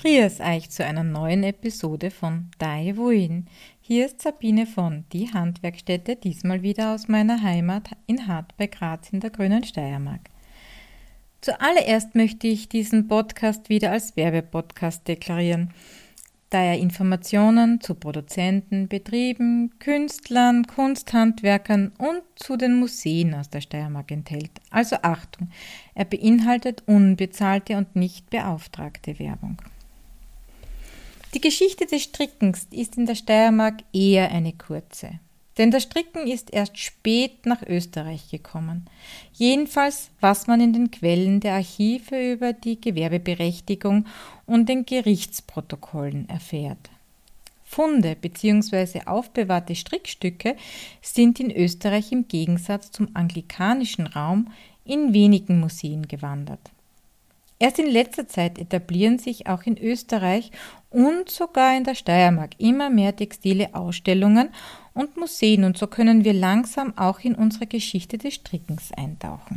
Grüß euch zu einer neuen Episode von Dai Wuin. Hier ist Sabine von Die Handwerkstätte, diesmal wieder aus meiner Heimat in Hart bei Graz in der grünen Steiermark. Zuallererst möchte ich diesen Podcast wieder als Werbepodcast deklarieren, da er Informationen zu Produzenten, Betrieben, Künstlern, Kunsthandwerkern und zu den Museen aus der Steiermark enthält. Also Achtung, er beinhaltet unbezahlte und nicht beauftragte Werbung. Die Geschichte des Strickens ist in der Steiermark eher eine kurze, denn das Stricken ist erst spät nach Österreich gekommen. Jedenfalls, was man in den Quellen der Archive über die Gewerbeberechtigung und den Gerichtsprotokollen erfährt. Funde bzw. aufbewahrte Strickstücke sind in Österreich im Gegensatz zum anglikanischen Raum in wenigen Museen gewandert. Erst in letzter Zeit etablieren sich auch in Österreich und sogar in der Steiermark immer mehr textile Ausstellungen und Museen, und so können wir langsam auch in unsere Geschichte des Strickens eintauchen.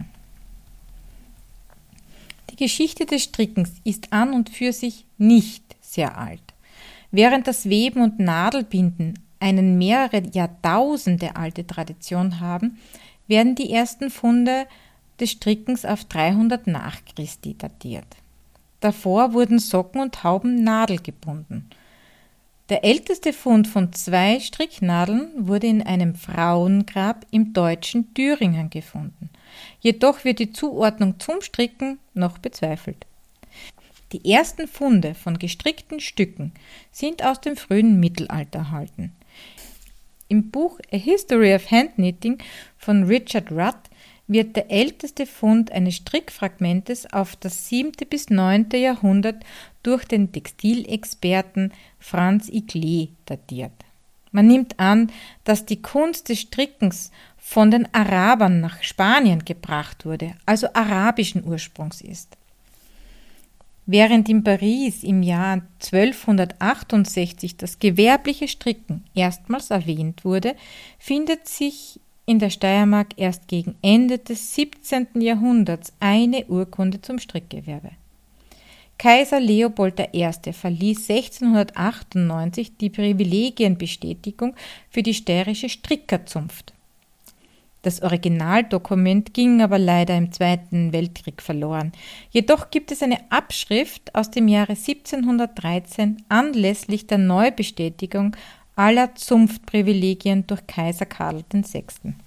Die Geschichte des Strickens ist an und für sich nicht sehr alt. Während das Weben und Nadelbinden einen mehrere Jahrtausende alte Tradition haben, werden die ersten Funde des Strickens auf 300 nach Christi datiert. Davor wurden Socken und Hauben nadelgebunden. Der älteste Fund von 2 Stricknadeln wurde in einem Frauengrab im deutschen Thüringen gefunden. Jedoch wird die Zuordnung zum Stricken noch bezweifelt. Die ersten Funde von gestrickten Stücken sind aus dem frühen Mittelalter erhalten. Im Buch A History of Handknitting von Richard Rudd wird der älteste Fund eines Strickfragmentes auf das 7. bis 9. Jahrhundert durch den Textilexperten Franz Iclet datiert. Man nimmt an, dass die Kunst des Strickens von den Arabern nach Spanien gebracht wurde, also arabischen Ursprungs ist. Während in Paris im Jahr 1268 das gewerbliche Stricken erstmals erwähnt wurde, findet sich in der Steiermark erst gegen Ende des 17. Jahrhunderts eine Urkunde zum Strickgewerbe. Kaiser Leopold I. verließ 1698 die Privilegienbestätigung für die steirische Strickerzunft. Das Originaldokument ging aber leider im Zweiten Weltkrieg verloren. Jedoch gibt es eine Abschrift aus dem Jahre 1713 anlässlich der Neubestätigung aller Zunftprivilegien durch Kaiser Karl VI.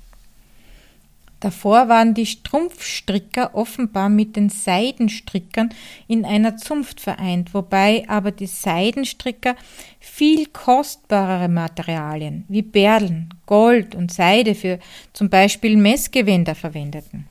Davor waren die Strumpfstricker offenbar mit den Seidenstrickern in einer Zunft vereint, wobei aber die Seidenstricker viel kostbarere Materialien wie Perlen, Gold und Seide für zum Beispiel Messgewänder verwendeten.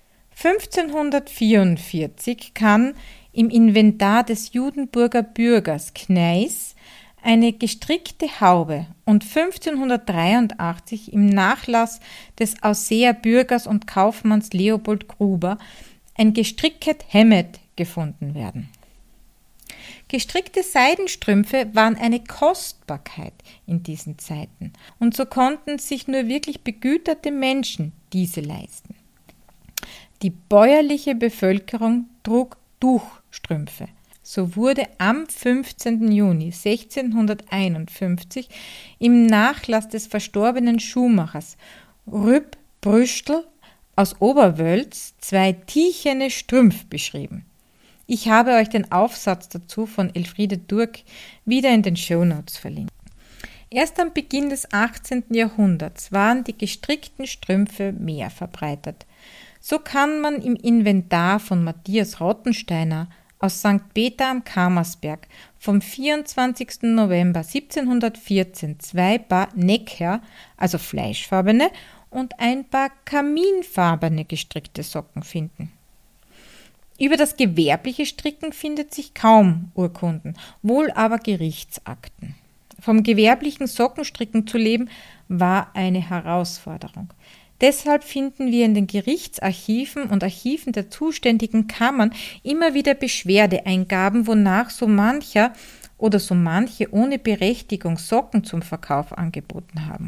1544 kann im Inventar des Judenburger Bürgers Kneis eine gestrickte Haube und 1583 im Nachlass des Ausseer Bürgers und Kaufmanns Leopold Gruber ein gestricket Hemmet gefunden werden. Gestrickte Seidenstrümpfe waren eine Kostbarkeit in diesen Zeiten, und so konnten sich nur wirklich begüterte Menschen diese leisten. Die bäuerliche Bevölkerung trug Tuchstrümpfe. So wurde am 15. Juni 1651 im Nachlass des verstorbenen Schuhmachers Rüpp Brüstl aus Oberwölz 2 tichene Strümpf beschrieben. Ich habe euch den Aufsatz dazu von Elfriede Durk wieder in den Shownotes verlinkt. Erst am Beginn des 18. Jahrhunderts waren die gestrickten Strümpfe mehr verbreitet. So kann man im Inventar von Matthias Rottensteiner aus St. Peter am Kammersberg vom 24. November 1714 2 Paar Neckher, also fleischfarbene, und ein Paar kaminfarbene gestrickte Socken finden. Über das gewerbliche Stricken findet sich kaum Urkunden, wohl aber Gerichtsakten. Vom gewerblichen Sockenstricken zu leben, war eine Herausforderung. Deshalb finden wir in den Gerichtsarchiven und Archiven der zuständigen Kammern immer wieder Beschwerdeeingaben, wonach so mancher oder so manche ohne Berechtigung Socken zum Verkauf angeboten haben.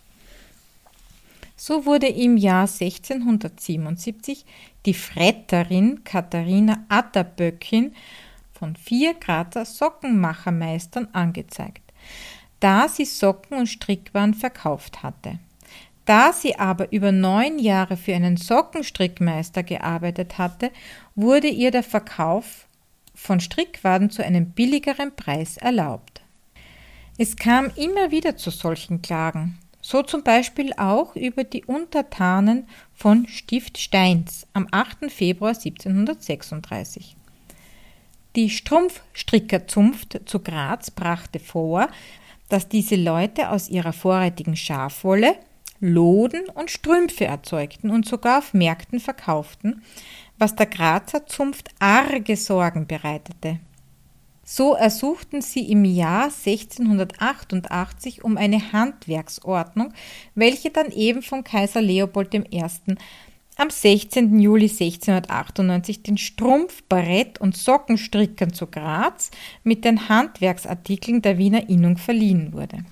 So wurde im Jahr 1677 die Fretterin Katharina Atterböckin von 4 Grazer Sockenmachermeistern angezeigt, da sie Socken und Strickwaren verkauft hatte. Da sie aber über 9 Jahre für einen Sockenstrickmeister gearbeitet hatte, wurde ihr der Verkauf von Strickwaren zu einem billigeren Preis erlaubt. Es kam immer wieder zu solchen Klagen, so zum Beispiel auch über die Untertanen von Stift Steins am 8. Februar 1736. Die Strumpfstrickerzunft zu Graz brachte vor, dass diese Leute aus ihrer vorrätigen Schafwolle Loden und Strümpfe erzeugten und sogar auf Märkten verkauften, was der Grazer Zunft arge Sorgen bereitete. So ersuchten sie im Jahr 1688 um eine Handwerksordnung, welche dann eben von Kaiser Leopold I. am 16. Juli 1698 den Strumpf-, Barett- und Sockenstrickern zu Graz mit den Handwerksartikeln der Wiener Innung verliehen wurde.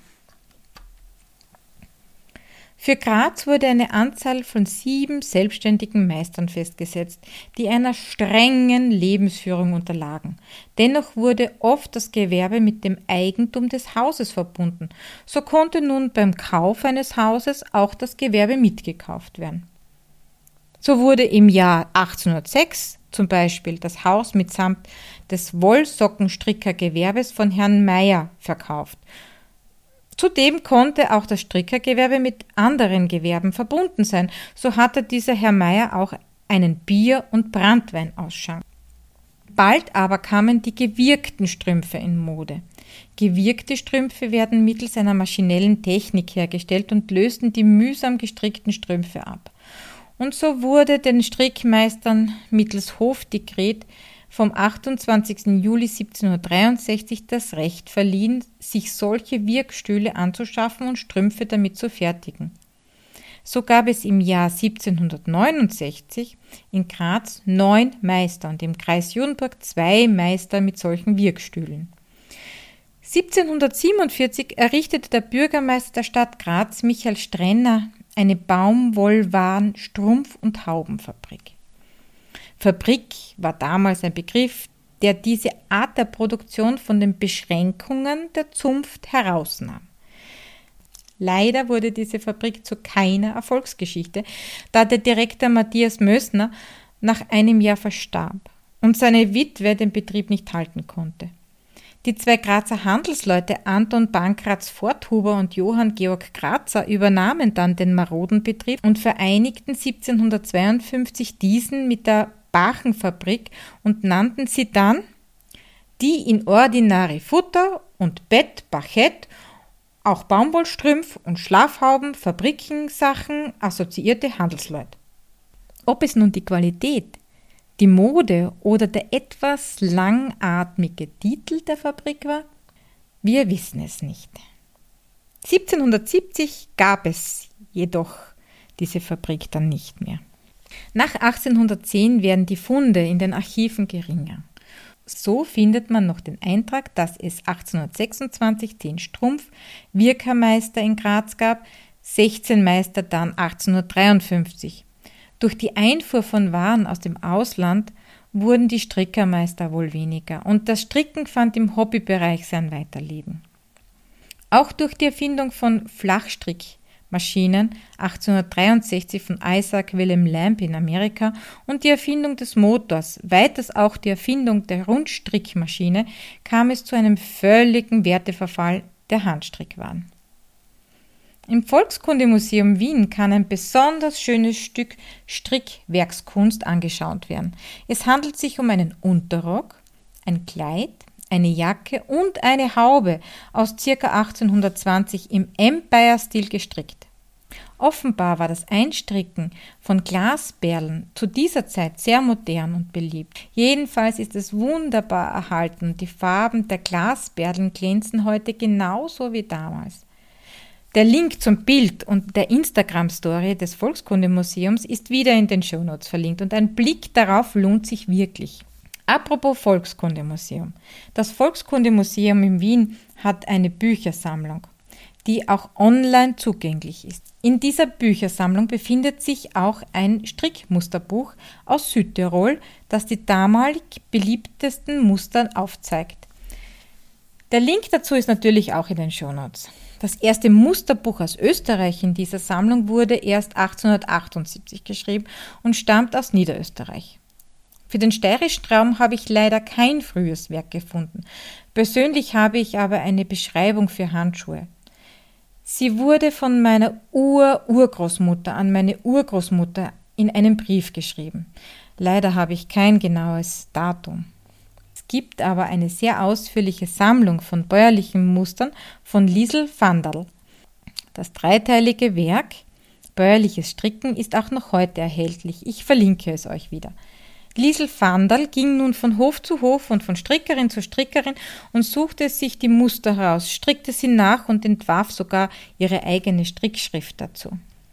Für Graz wurde eine Anzahl von 7 selbstständigen Meistern festgesetzt, die einer strengen Lebensführung unterlagen. Dennoch wurde oft das Gewerbe mit dem Eigentum des Hauses verbunden. So konnte nun beim Kauf eines Hauses auch das Gewerbe mitgekauft werden. So wurde im Jahr 1806 zum Beispiel das Haus mitsamt des Wollsockenstrickergewerbes von Herrn Meyer verkauft. Zudem konnte auch das Strickergewerbe mit anderen Gewerben verbunden sein. So hatte dieser Herr Meyer auch einen Bier- und Branntweinausschank. Bald aber kamen die gewirkten Strümpfe in Mode. Gewirkte Strümpfe werden mittels einer maschinellen Technik hergestellt und lösten die mühsam gestrickten Strümpfe ab. Und so wurde den Strickmeistern mittels Hofdekret vom 28. Juli 1763 das Recht verliehen, sich solche Wirkstühle anzuschaffen und Strümpfe damit zu fertigen. So gab es im Jahr 1769 in Graz 9 Meister und im Kreis Judenburg 2 Meister mit solchen Wirkstühlen. 1747 errichtete der Bürgermeister der Stadt Graz, Michael Strenner, eine Baumwollwaren-, Strumpf- und Haubenfabrik. Fabrik war damals ein Begriff, der diese Art der Produktion von den Beschränkungen der Zunft herausnahm. Leider wurde diese Fabrik zu keiner Erfolgsgeschichte, da der Direktor Matthias Mössner nach einem Jahr verstarb und seine Witwe den Betrieb nicht halten konnte. Die 2 Grazer Handelsleute Anton Pankratz Forthuber und Johann Georg Grazer übernahmen dann den maroden Betrieb und vereinigten 1752 diesen mit der Bachenfabrik und nannten sie dann die in Ordinari Futter und Bett, Bachett, auch Baumwollstrümpf und Schlafhauben, Fabrikensachen, assoziierte Handelsleute. Ob es nun die Qualität, die Mode oder der etwas langatmige Titel der Fabrik war, wir wissen es nicht. 1770 gab es jedoch diese Fabrik dann nicht mehr. Nach 1810 werden die Funde in den Archiven geringer. So findet man noch den Eintrag, dass es 1826 10 Strumpf-Wirkermeister in Graz gab, 16 Meister dann 1853. Durch die Einfuhr von Waren aus dem Ausland wurden die Strickermeister wohl weniger und das Stricken fand im Hobbybereich sein Weiterleben. Auch durch die Erfindung von Flachstrickmaschinen 1863 von Isaac William Lamb in Amerika und die Erfindung des Motors, weiters auch die Erfindung der Rundstrickmaschine, kam es zu einem völligen Werteverfall der Handstrickwaren. Im Volkskundemuseum Wien kann ein besonders schönes Stück Strickwerkskunst angeschaut werden. Es handelt sich um einen Unterrock, ein Kleid, eine Jacke und eine Haube aus ca. 1820 im Empire-Stil gestrickt. Offenbar war das Einstricken von Glasperlen zu dieser Zeit sehr modern und beliebt. Jedenfalls ist es wunderbar erhalten. Die Farben der Glasperlen glänzen heute genauso wie damals. Der Link zum Bild und der Instagram-Story des Volkskundemuseums ist wieder in den Shownotes verlinkt und ein Blick darauf lohnt sich wirklich. Apropos Volkskundemuseum. Das Volkskundemuseum in Wien hat eine Büchersammlung. die auch online zugänglich ist. In dieser Büchersammlung befindet sich auch ein Strickmusterbuch aus Südtirol, das die damalig beliebtesten Muster aufzeigt. Der Link dazu ist natürlich auch in den Shownotes. Das erste Musterbuch aus Österreich in dieser Sammlung wurde erst 1878 geschrieben und stammt aus Niederösterreich. Für den steirischen Raum habe ich leider kein frühes Werk gefunden. Persönlich habe ich aber eine Beschreibung für Handschuhe. Sie wurde von meiner Urgroßmutter an meine Urgroßmutter in einem Brief geschrieben. Leider habe ich kein genaues Datum. Es gibt aber eine sehr ausführliche Sammlung von bäuerlichen Mustern von Liesl Vandal. Das dreiteilige Werk Bäuerliches Stricken ist auch noch heute erhältlich. Ich verlinke es euch wieder. Liesl Vandal ging nun von Hof zu Hof und von Strickerin zu Strickerin und suchte sich die Muster heraus, strickte sie nach und entwarf sogar ihre eigene Strickschrift dazu.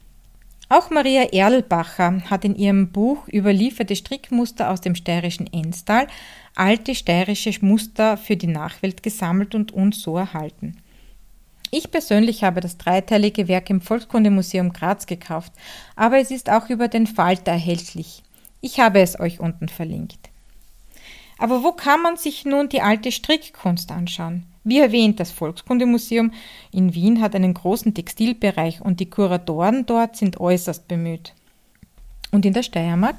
Auch Maria Erlbacher hat in ihrem Buch Überlieferte Strickmuster aus dem steirischen Enstal alte steirische Muster für die Nachwelt gesammelt und uns so erhalten. Ich persönlich habe das dreiteilige Werk im Volkskundemuseum Graz gekauft, aber es ist auch über den Falter erhältlich. Ich habe es euch unten verlinkt. Aber wo kann man sich nun die alte Strickkunst anschauen? Wie erwähnt, das Volkskundemuseum in Wien hat einen großen Textilbereich und die Kuratoren dort sind äußerst bemüht. Und in der Steiermark?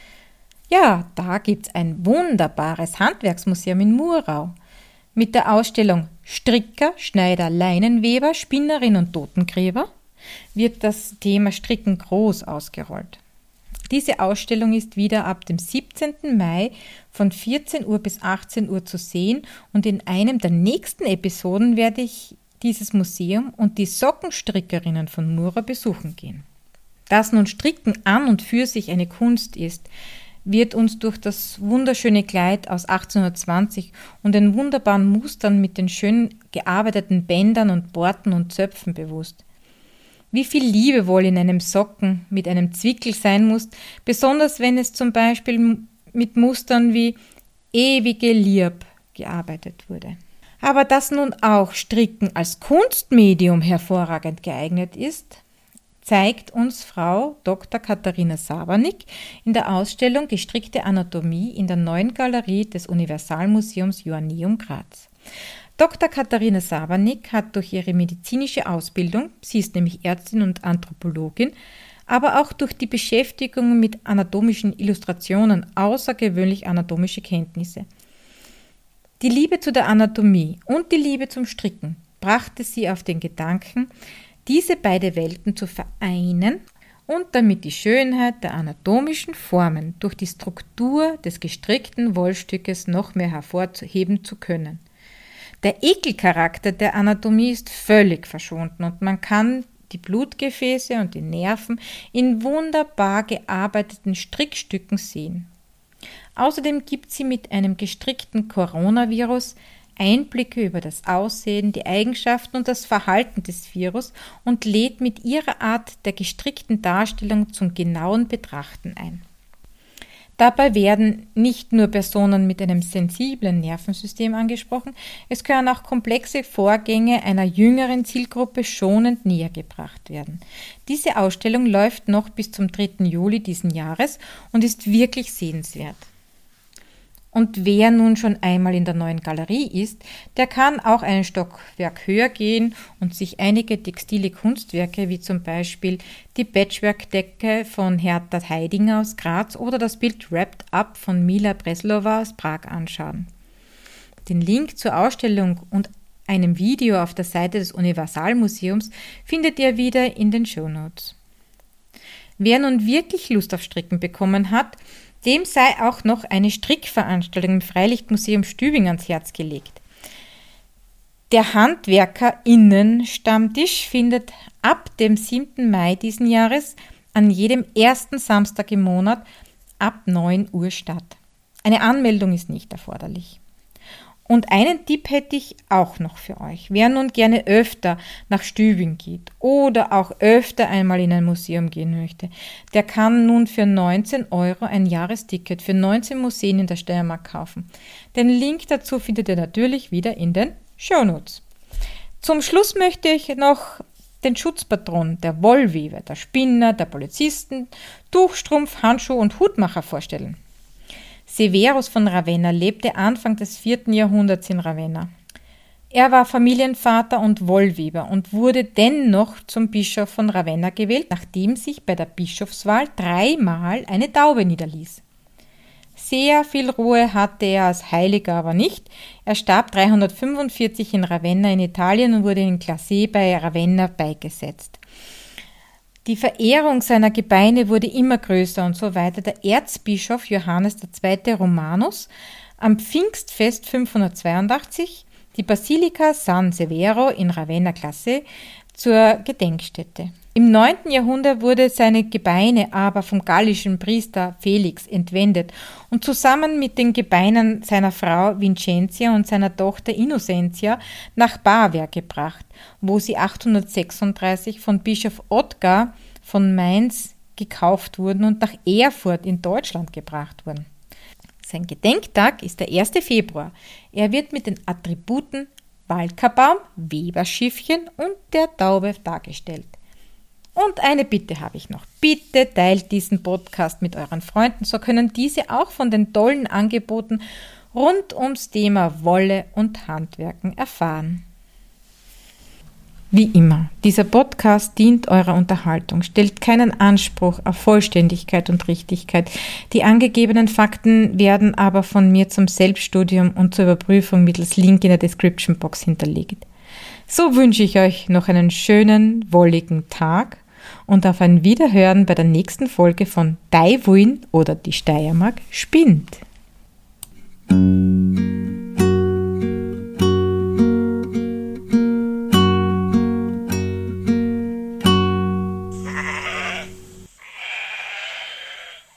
Ja, da gibt es ein wunderbares Handwerksmuseum in Murau mit der Ausstellung Stricker, Schneider, Leinenweber, Spinnerin und Totengräber wird das Thema Stricken groß ausgerollt. Diese Ausstellung ist wieder ab dem 17. Mai von 14 Uhr bis 18 Uhr zu sehen und in einem der nächsten Episoden werde ich dieses Museum und die Sockenstrickerinnen von Murau besuchen gehen. Dass nun Stricken an und für sich eine Kunst ist, wird uns durch das wunderschöne Kleid aus 1820 und den wunderbaren Mustern mit den schön gearbeiteten Bändern und Borten und Zöpfen bewusst. Wie viel Liebe wohl in einem Socken mit einem Zwickel sein muss, besonders wenn es zum Beispiel mit Mustern wie ewige Lieb gearbeitet wurde. Aber dass nun auch Stricken als Kunstmedium hervorragend geeignet ist, zeigt uns Frau Dr. Katharina Sabernick in der Ausstellung Gestrickte Anatomie in der neuen Galerie des Universalmuseums Joanneum Graz. Dr. Katharina Sabernick hat durch ihre medizinische Ausbildung, sie ist nämlich Ärztin und Anthropologin, aber auch durch die Beschäftigung mit anatomischen Illustrationen außergewöhnlich anatomische Kenntnisse. Die Liebe zu der Anatomie und die Liebe zum Stricken brachte sie auf den Gedanken, diese beiden Welten zu vereinen und damit die Schönheit der anatomischen Formen durch die Struktur des gestrickten Wollstückes noch mehr hervorheben zu können. Der Ekelcharakter der Anatomie ist völlig verschwunden und man kann die Blutgefäße und die Nerven in wunderbar gearbeiteten Strickstücken sehen. Außerdem gibt sie mit einem gestrickten Coronavirus Einblicke über das Aussehen, die Eigenschaften und das Verhalten des Virus und lädt mit ihrer Art der gestrickten Darstellung zum genauen Betrachten ein. Dabei werden nicht nur Personen mit einem sensiblen Nervensystem angesprochen, es können auch komplexe Vorgänge einer jüngeren Zielgruppe schonend nähergebracht werden. Diese Ausstellung läuft noch bis zum 3. Juli diesen Jahres und ist wirklich sehenswert. Und wer nun schon einmal in der neuen Galerie ist, der kann auch einen Stockwerk höher gehen und sich einige textile Kunstwerke wie zum Beispiel die Patchwork-Decke von Hertha Heidinger aus Graz oder das Bild Wrapped Up von Mila Breslova aus Prag anschauen. Den Link zur Ausstellung und einem Video auf der Seite des Universalmuseums findet ihr wieder in den Shownotes. Wer nun wirklich Lust auf Stricken bekommen hat, dem sei auch noch eine Strickveranstaltung im Freilichtmuseum Stübingen ans Herz gelegt. Der HandwerkerInnen-Stammtisch findet ab dem 7. Mai diesen Jahres an jedem ersten Samstag im Monat ab 9 Uhr statt. Eine Anmeldung ist nicht erforderlich. Und einen Tipp hätte ich auch noch für euch. Wer nun gerne öfter nach Stübingen geht oder auch öfter einmal in ein Museum gehen möchte, der kann nun für 19 € ein Jahresticket für 19 Museen in der Steiermark kaufen. Den Link dazu findet ihr natürlich wieder in den Shownotes. Zum Schluss möchte ich noch den Schutzpatron der Wollweber, der Spinner, der Polizisten, Tuchstrumpf, Handschuh und Hutmacher vorstellen. Severus von Ravenna lebte Anfang des 4. Jahrhunderts in Ravenna. Er war Familienvater und Wollweber und wurde dennoch zum Bischof von Ravenna gewählt, nachdem sich bei der Bischofswahl 3-mal eine Taube niederließ. Sehr viel Ruhe hatte er als Heiliger aber nicht. Er starb 345 in Ravenna in Italien und wurde in Classe bei Ravenna beigesetzt. Die Verehrung seiner Gebeine wurde immer größer und so weiter der Erzbischof Johannes II. Romanus am Pfingstfest 582 die Basilika San Severo in Ravenna Classe zur Gedenkstätte. Im 9. Jahrhundert wurde seine Gebeine aber vom gallischen Priester Felix entwendet und zusammen mit den Gebeinen seiner Frau Vincentia und seiner Tochter Innocentia nach Pavia gebracht, wo sie 836 von Bischof Ottgar von Mainz gekauft wurden und nach Erfurt in Deutschland gebracht wurden. Sein Gedenktag ist der 1. Februar. Er wird mit den Attributen Waldkabaum, Weberschiffchen und der Taube dargestellt. Und eine Bitte habe ich noch. Bitte teilt diesen Podcast mit euren Freunden, so können diese auch von den tollen Angeboten rund ums Thema Wolle und Handwerken erfahren. Wie immer, dieser Podcast dient eurer Unterhaltung, stellt keinen Anspruch auf Vollständigkeit und Richtigkeit. Die angegebenen Fakten werden aber von mir zum Selbststudium und zur Überprüfung mittels Link in der Description Box hinterlegt. So wünsche ich euch noch einen schönen, wolligen Tag und auf ein Wiederhören bei der nächsten Folge von Daiwuin oder die Steiermark spinnt.